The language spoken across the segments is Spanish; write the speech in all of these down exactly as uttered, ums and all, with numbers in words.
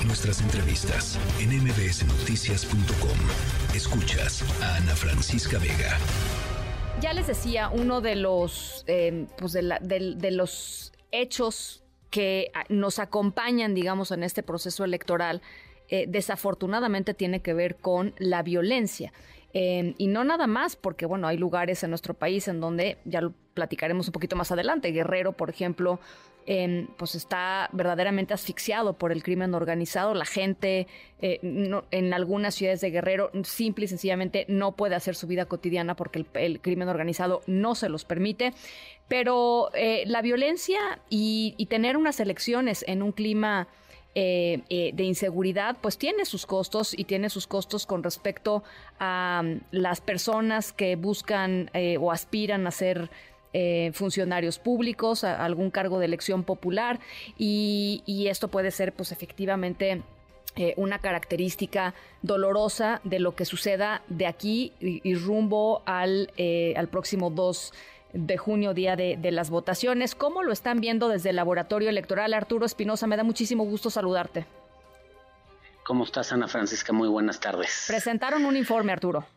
nuestras entrevistas en eme be ese noticias punto com. Escuchas a Ana Francisca Vega. Ya les decía, uno de los, eh, pues de, la, de, de los hechos que nos acompañan, digamos, en este proceso electoral, eh, desafortunadamente tiene que ver con la violencia. Eh, y no nada más, porque bueno, hay lugares en nuestro país en donde, ya lo platicaremos un poquito más adelante, Guerrero, por ejemplo, eh, pues está verdaderamente asfixiado por el crimen organizado. La gente eh, no, en algunas ciudades de Guerrero simple y sencillamente no puede hacer su vida cotidiana porque el, el crimen organizado no se los permite. Pero eh, la violencia y, y tener unas elecciones en un clima Eh, eh, de inseguridad, pues tiene sus costos y tiene sus costos con respecto a um, las personas que buscan eh, o aspiran a ser eh, funcionarios públicos, a, a algún cargo de elección popular, y, y esto puede ser pues efectivamente eh, una característica dolorosa de lo que suceda de aquí y, y rumbo al, eh, al próximo dos de junio, día de, de las votaciones. ¿Cómo lo están viendo desde el Laboratorio Electoral? Arturo Espinosa, me da muchísimo gusto saludarte. ¿Cómo estás, Ana Francisca? Muy buenas tardes. Presentaron un informe, Arturo.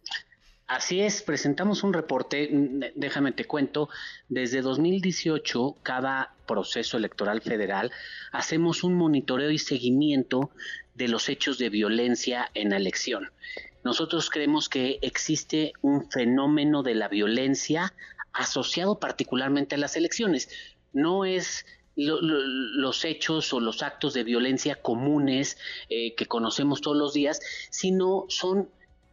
Así es, presentamos un reporte, déjame te cuento, desde dos mil dieciocho, cada proceso electoral federal, hacemos un monitoreo y seguimiento de los hechos de violencia en la elección. Nosotros creemos que existe un fenómeno de la violencia asociado particularmente a las elecciones. No es lo, lo, los hechos o los actos de violencia comunes eh, que conocemos todos los días, sino son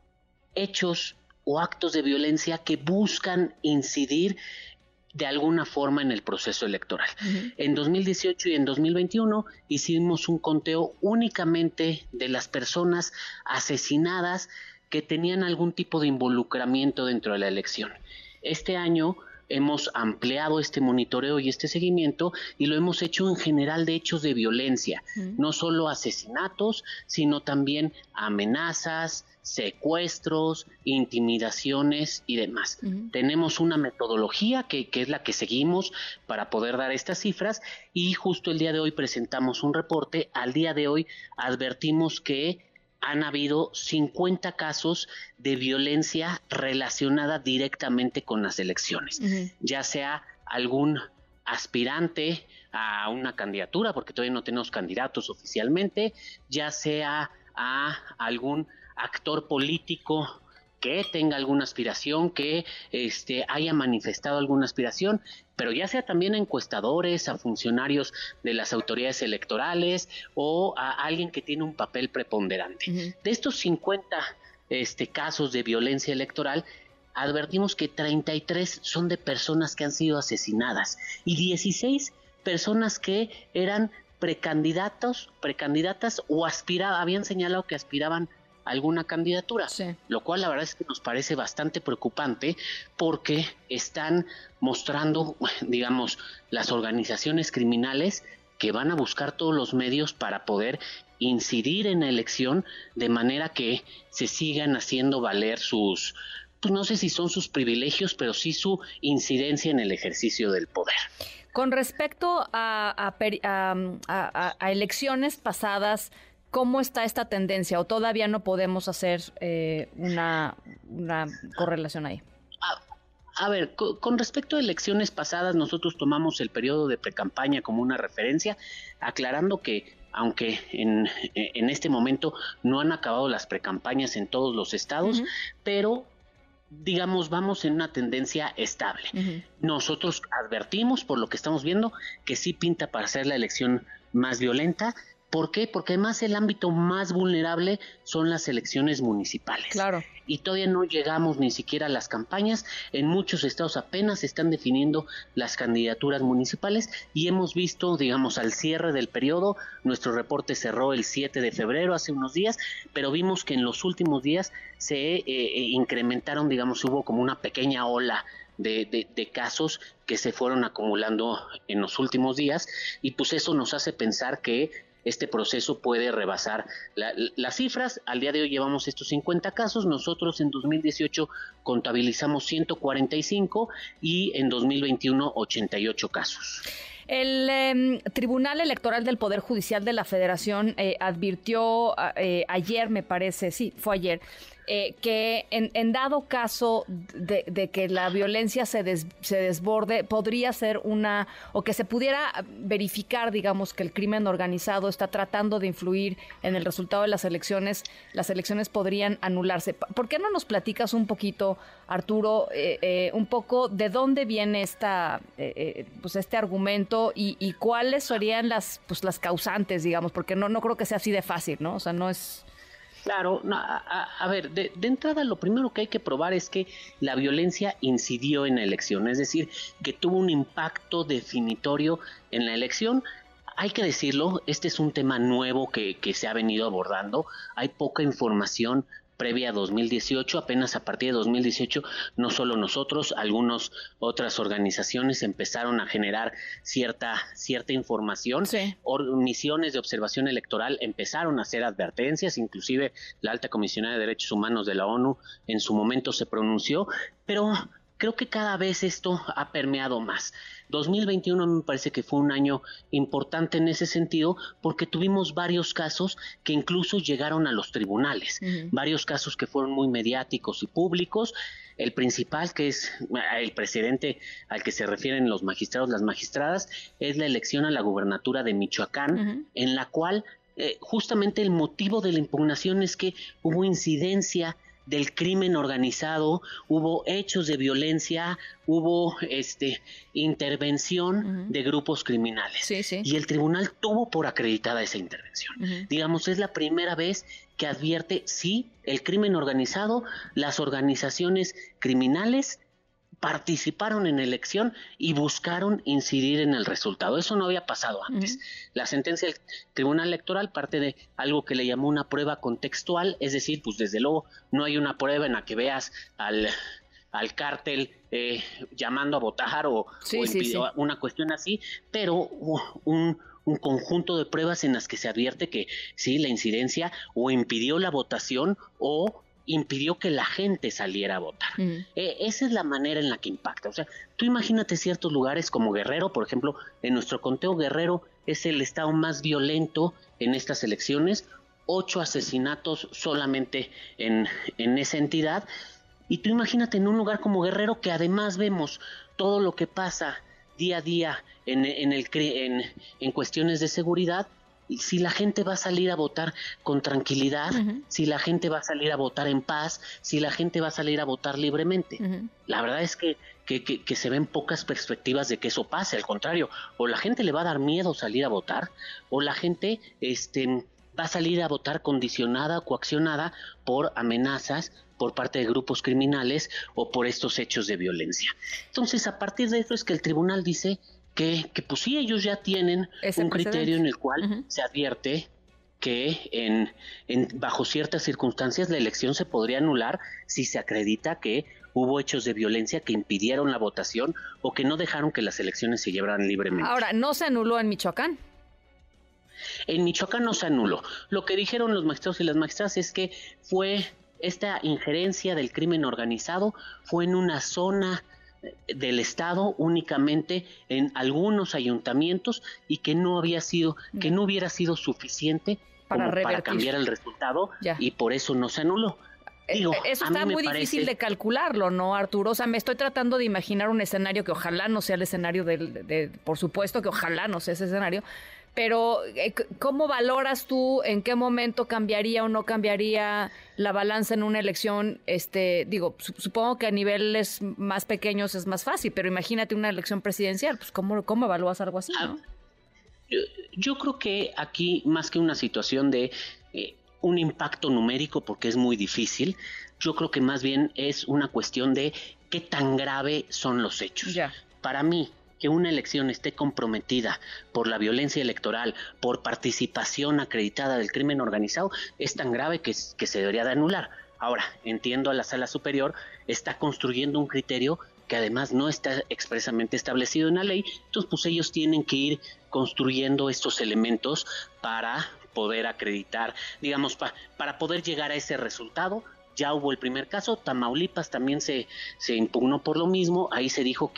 hechos o actos de violencia que buscan incidir de alguna forma en el proceso electoral. Uh-huh. En dos mil dieciocho y en dos mil veintiuno hicimos un conteo únicamente de las personas asesinadas que tenían algún tipo de involucramiento dentro de la elección. Este año hemos ampliado este monitoreo y este seguimiento y lo hemos hecho en general de hechos de violencia, uh-huh. no solo asesinatos, sino también amenazas, secuestros, intimidaciones y demás. Uh-huh. Tenemos una metodología que, que es la que seguimos para poder dar estas cifras y justo el día de hoy presentamos un reporte. Al día de hoy advertimos que han habido cincuenta casos de violencia relacionada directamente con las elecciones, uh-huh. ya sea algún aspirante a una candidatura, porque todavía no tenemos candidatos oficialmente, ya sea a algún actor político que tenga alguna aspiración, que este, haya manifestado alguna aspiración, pero ya sea también a encuestadores, a funcionarios de las autoridades electorales o a alguien que tiene un papel preponderante. Uh-huh. De estos cincuenta este, casos de violencia electoral, advertimos que treinta y tres son de personas que han sido asesinadas y dieciséis personas que eran precandidatos, precandidatas o aspiraban, habían señalado que aspiraban alguna candidatura, sí. Lo cual la verdad es que nos parece bastante preocupante porque están mostrando, digamos, las organizaciones criminales que van a buscar todos los medios para poder incidir en la elección de manera que se sigan haciendo valer sus, pues no sé si son sus privilegios, pero sí su incidencia en el ejercicio del poder. Con respecto a, a, a, a, a elecciones pasadas, ¿cómo está esta tendencia o todavía no podemos hacer eh, una, una correlación ahí? A, a ver, con, con respecto a elecciones pasadas, nosotros tomamos el periodo de precampaña como una referencia, aclarando que aunque en, en este momento no han acabado las precampañas en todos los estados, uh-huh. pero digamos, vamos en una tendencia estable. Uh-huh. Nosotros advertimos, por lo que estamos viendo, que sí pinta para ser la elección más violenta. ¿Por qué? Porque además el ámbito más vulnerable son las elecciones municipales. Claro. Y todavía no llegamos ni siquiera a las campañas. En muchos estados apenas se están definiendo las candidaturas municipales y hemos visto, digamos, al cierre del periodo, nuestro reporte cerró el siete de febrero, hace unos días, pero vimos que en los últimos días se eh, incrementaron, digamos, hubo como una pequeña ola De, de, de casos que se fueron acumulando en los últimos días y pues eso nos hace pensar que este proceso puede rebasar la, las cifras. Al día de hoy llevamos estos cincuenta casos, nosotros en dos mil dieciocho contabilizamos ciento cuarenta y cinco y en dos mil veintiuno ochenta y ocho casos. El eh, Tribunal Electoral del Poder Judicial de la Federación eh, advirtió eh, ayer, me parece, sí, fue ayer, eh, que en, en dado caso de, de que la violencia se, des, se desborde, podría ser una, o que se pudiera verificar, digamos, que el crimen organizado está tratando de influir en el resultado de las elecciones, las elecciones podrían anularse. ¿Por qué no nos platicas un poquito, Arturo, eh, eh, un poco de dónde viene esta, eh, eh, pues este argumento y, y cuáles serían las, pues las causantes, digamos, porque no, no creo que sea así de fácil, ¿no? O sea, no es... Claro, no, a, a ver, de, de entrada lo primero que hay que probar es que la violencia incidió en la elección, es decir, que tuvo un impacto definitorio en la elección. Hay que decirlo, este es un tema nuevo que, que se ha venido abordando, hay poca información previa a dos mil dieciocho, apenas a partir de dos mil dieciocho, no solo nosotros, algunas otras organizaciones empezaron a generar cierta, cierta información, sí. Or, misiones de observación electoral empezaron a hacer advertencias, inclusive la alta comisionada de derechos humanos de la ONU en su momento se pronunció, pero creo que cada vez esto ha permeado más. dos mil veintiuno me parece que fue un año importante en ese sentido porque tuvimos varios casos que incluso llegaron a los tribunales, uh-huh. varios casos que fueron muy mediáticos y públicos. El principal, que es el precedente al que se refieren los magistrados, las magistradas, es la elección a la gubernatura de Michoacán, uh-huh. en la cual eh, justamente el motivo de la impugnación es que hubo incidencia del crimen organizado, hubo hechos de violencia, hubo este intervención uh-huh. de grupos criminales. Sí, sí. Y el tribunal tuvo por acreditada esa intervención. Uh-huh. Digamos, es la primera vez que advierte, sí, el crimen organizado, las organizaciones criminales participaron en la elección y buscaron incidir en el resultado. Eso no había pasado antes. Uh-huh. La sentencia del Tribunal Electoral parte de algo que le llamó una prueba contextual, es decir, pues desde luego no hay una prueba en la que veas al, al cártel eh, llamando a votar o, sí, o sí, sí. una cuestión así, pero uh, un... un conjunto de pruebas en las que se advierte que sí, la incidencia o impidió la votación o impidió que la gente saliera a votar. Uh-huh. Eh, esa es la manera en la que impacta. O sea, tú imagínate ciertos lugares como Guerrero, por ejemplo, en nuestro conteo Guerrero es el estado más violento en estas elecciones, ocho asesinatos solamente en, en esa entidad, y tú imagínate en un lugar como Guerrero que además vemos todo lo que pasa día a día en, en, el, en, en cuestiones de seguridad. Si la gente va a salir a votar con tranquilidad, uh-huh. si la gente va a salir a votar en paz, si la gente va a salir a votar libremente. Uh-huh. La verdad es que, que, que, que se ven pocas perspectivas de que eso pase. Al contrario, o la gente le va a dar miedo salir a votar, o la gente este, va a salir a votar condicionada o coaccionada por amenazas por parte de grupos criminales o por estos hechos de violencia. Entonces, a partir de eso es que el tribunal dice que, que pues sí, ellos ya tienen Ese un precedente. criterio en el cual uh-huh. se advierte que en, en bajo ciertas circunstancias la elección se podría anular si se acredita que hubo hechos de violencia que impidieron la votación o que no dejaron que las elecciones se llevaran libremente. Ahora, ¿no se anuló en Michoacán? En Michoacán no se anuló. Lo que dijeron los magistrados y las magistradas es que fue esta injerencia del crimen organizado fue en una zona del estado únicamente en algunos ayuntamientos y que no había sido, que no hubiera sido suficiente para, como para cambiar el resultado ya. Y por eso no se anuló. Digo, eso está muy parece... difícil de calcularlo, ¿no, Arturo? O sea, me estoy tratando de imaginar un escenario que ojalá no sea el escenario del, de, de, por supuesto que ojalá no sea ese escenario, pero ¿cómo valoras tú en qué momento cambiaría o no cambiaría la balanza en una elección? Este, digo, supongo que a niveles más pequeños es más fácil, pero imagínate una elección presidencial, pues ¿cómo, cómo evalúas algo así, no? Yo, yo creo que aquí, más que una situación de eh, un impacto numérico, porque es muy difícil, yo creo que más bien es una cuestión de qué tan grave son los hechos. Ya. Para mí, que una elección esté comprometida por la violencia electoral, por participación acreditada del crimen organizado, es tan grave que, que se debería de anular. Ahora, entiendo a la Sala Superior, está construyendo un criterio que además no está expresamente establecido en la ley, entonces pues ellos tienen que ir construyendo estos elementos para poder acreditar, digamos, pa, para poder llegar a ese resultado. Ya hubo el primer caso, Tamaulipas también se, se impugnó por lo mismo, ahí se dijo que,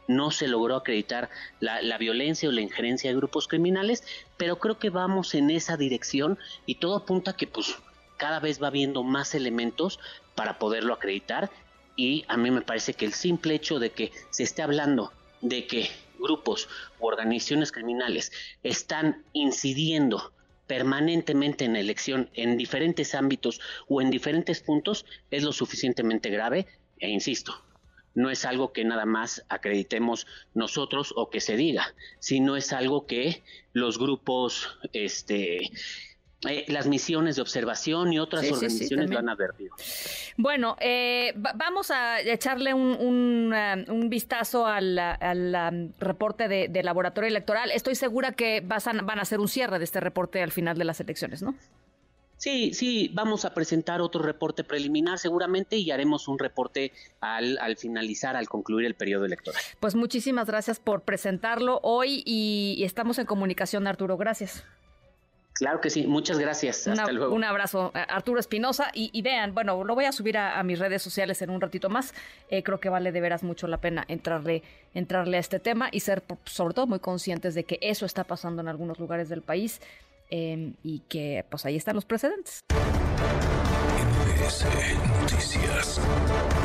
no se logró acreditar la, la violencia o la injerencia de grupos criminales, pero creo que vamos en esa dirección y todo apunta a que pues cada vez va habiendo más elementos para poderlo acreditar, y a mí me parece que el simple hecho de que se esté hablando de que grupos u organizaciones criminales están incidiendo permanentemente en la elección en diferentes ámbitos o en diferentes puntos es lo suficientemente grave, e insisto, no es algo que nada más acreditemos nosotros o que se diga, sino es algo que los grupos, este, eh, las misiones de observación y otras sí, organizaciones sí, sí, lo han advertido. Bueno, eh, va- vamos a echarle un, un, uh, un vistazo al, al um, reporte de, de laboratorio electoral. Estoy segura que vas a, van a hacer un cierre de este reporte al final de las elecciones, ¿no? Sí, sí, vamos a presentar otro reporte preliminar seguramente y haremos un reporte al, al finalizar, al concluir el periodo electoral. Pues muchísimas gracias por presentarlo hoy y, y estamos en comunicación, Arturo. Gracias. Claro que sí, muchas gracias. Hasta Una, luego. Un abrazo, Arturo Espinosa. Y, y vean, bueno, lo voy a subir a, a mis redes sociales en un ratito más. Eh, creo que vale de veras mucho la pena entrarle, entrarle a este tema y ser, sobre todo, muy conscientes de que eso está pasando en algunos lugares del país. Eh, y que pues ahí están los precedentes. M B S Noticias.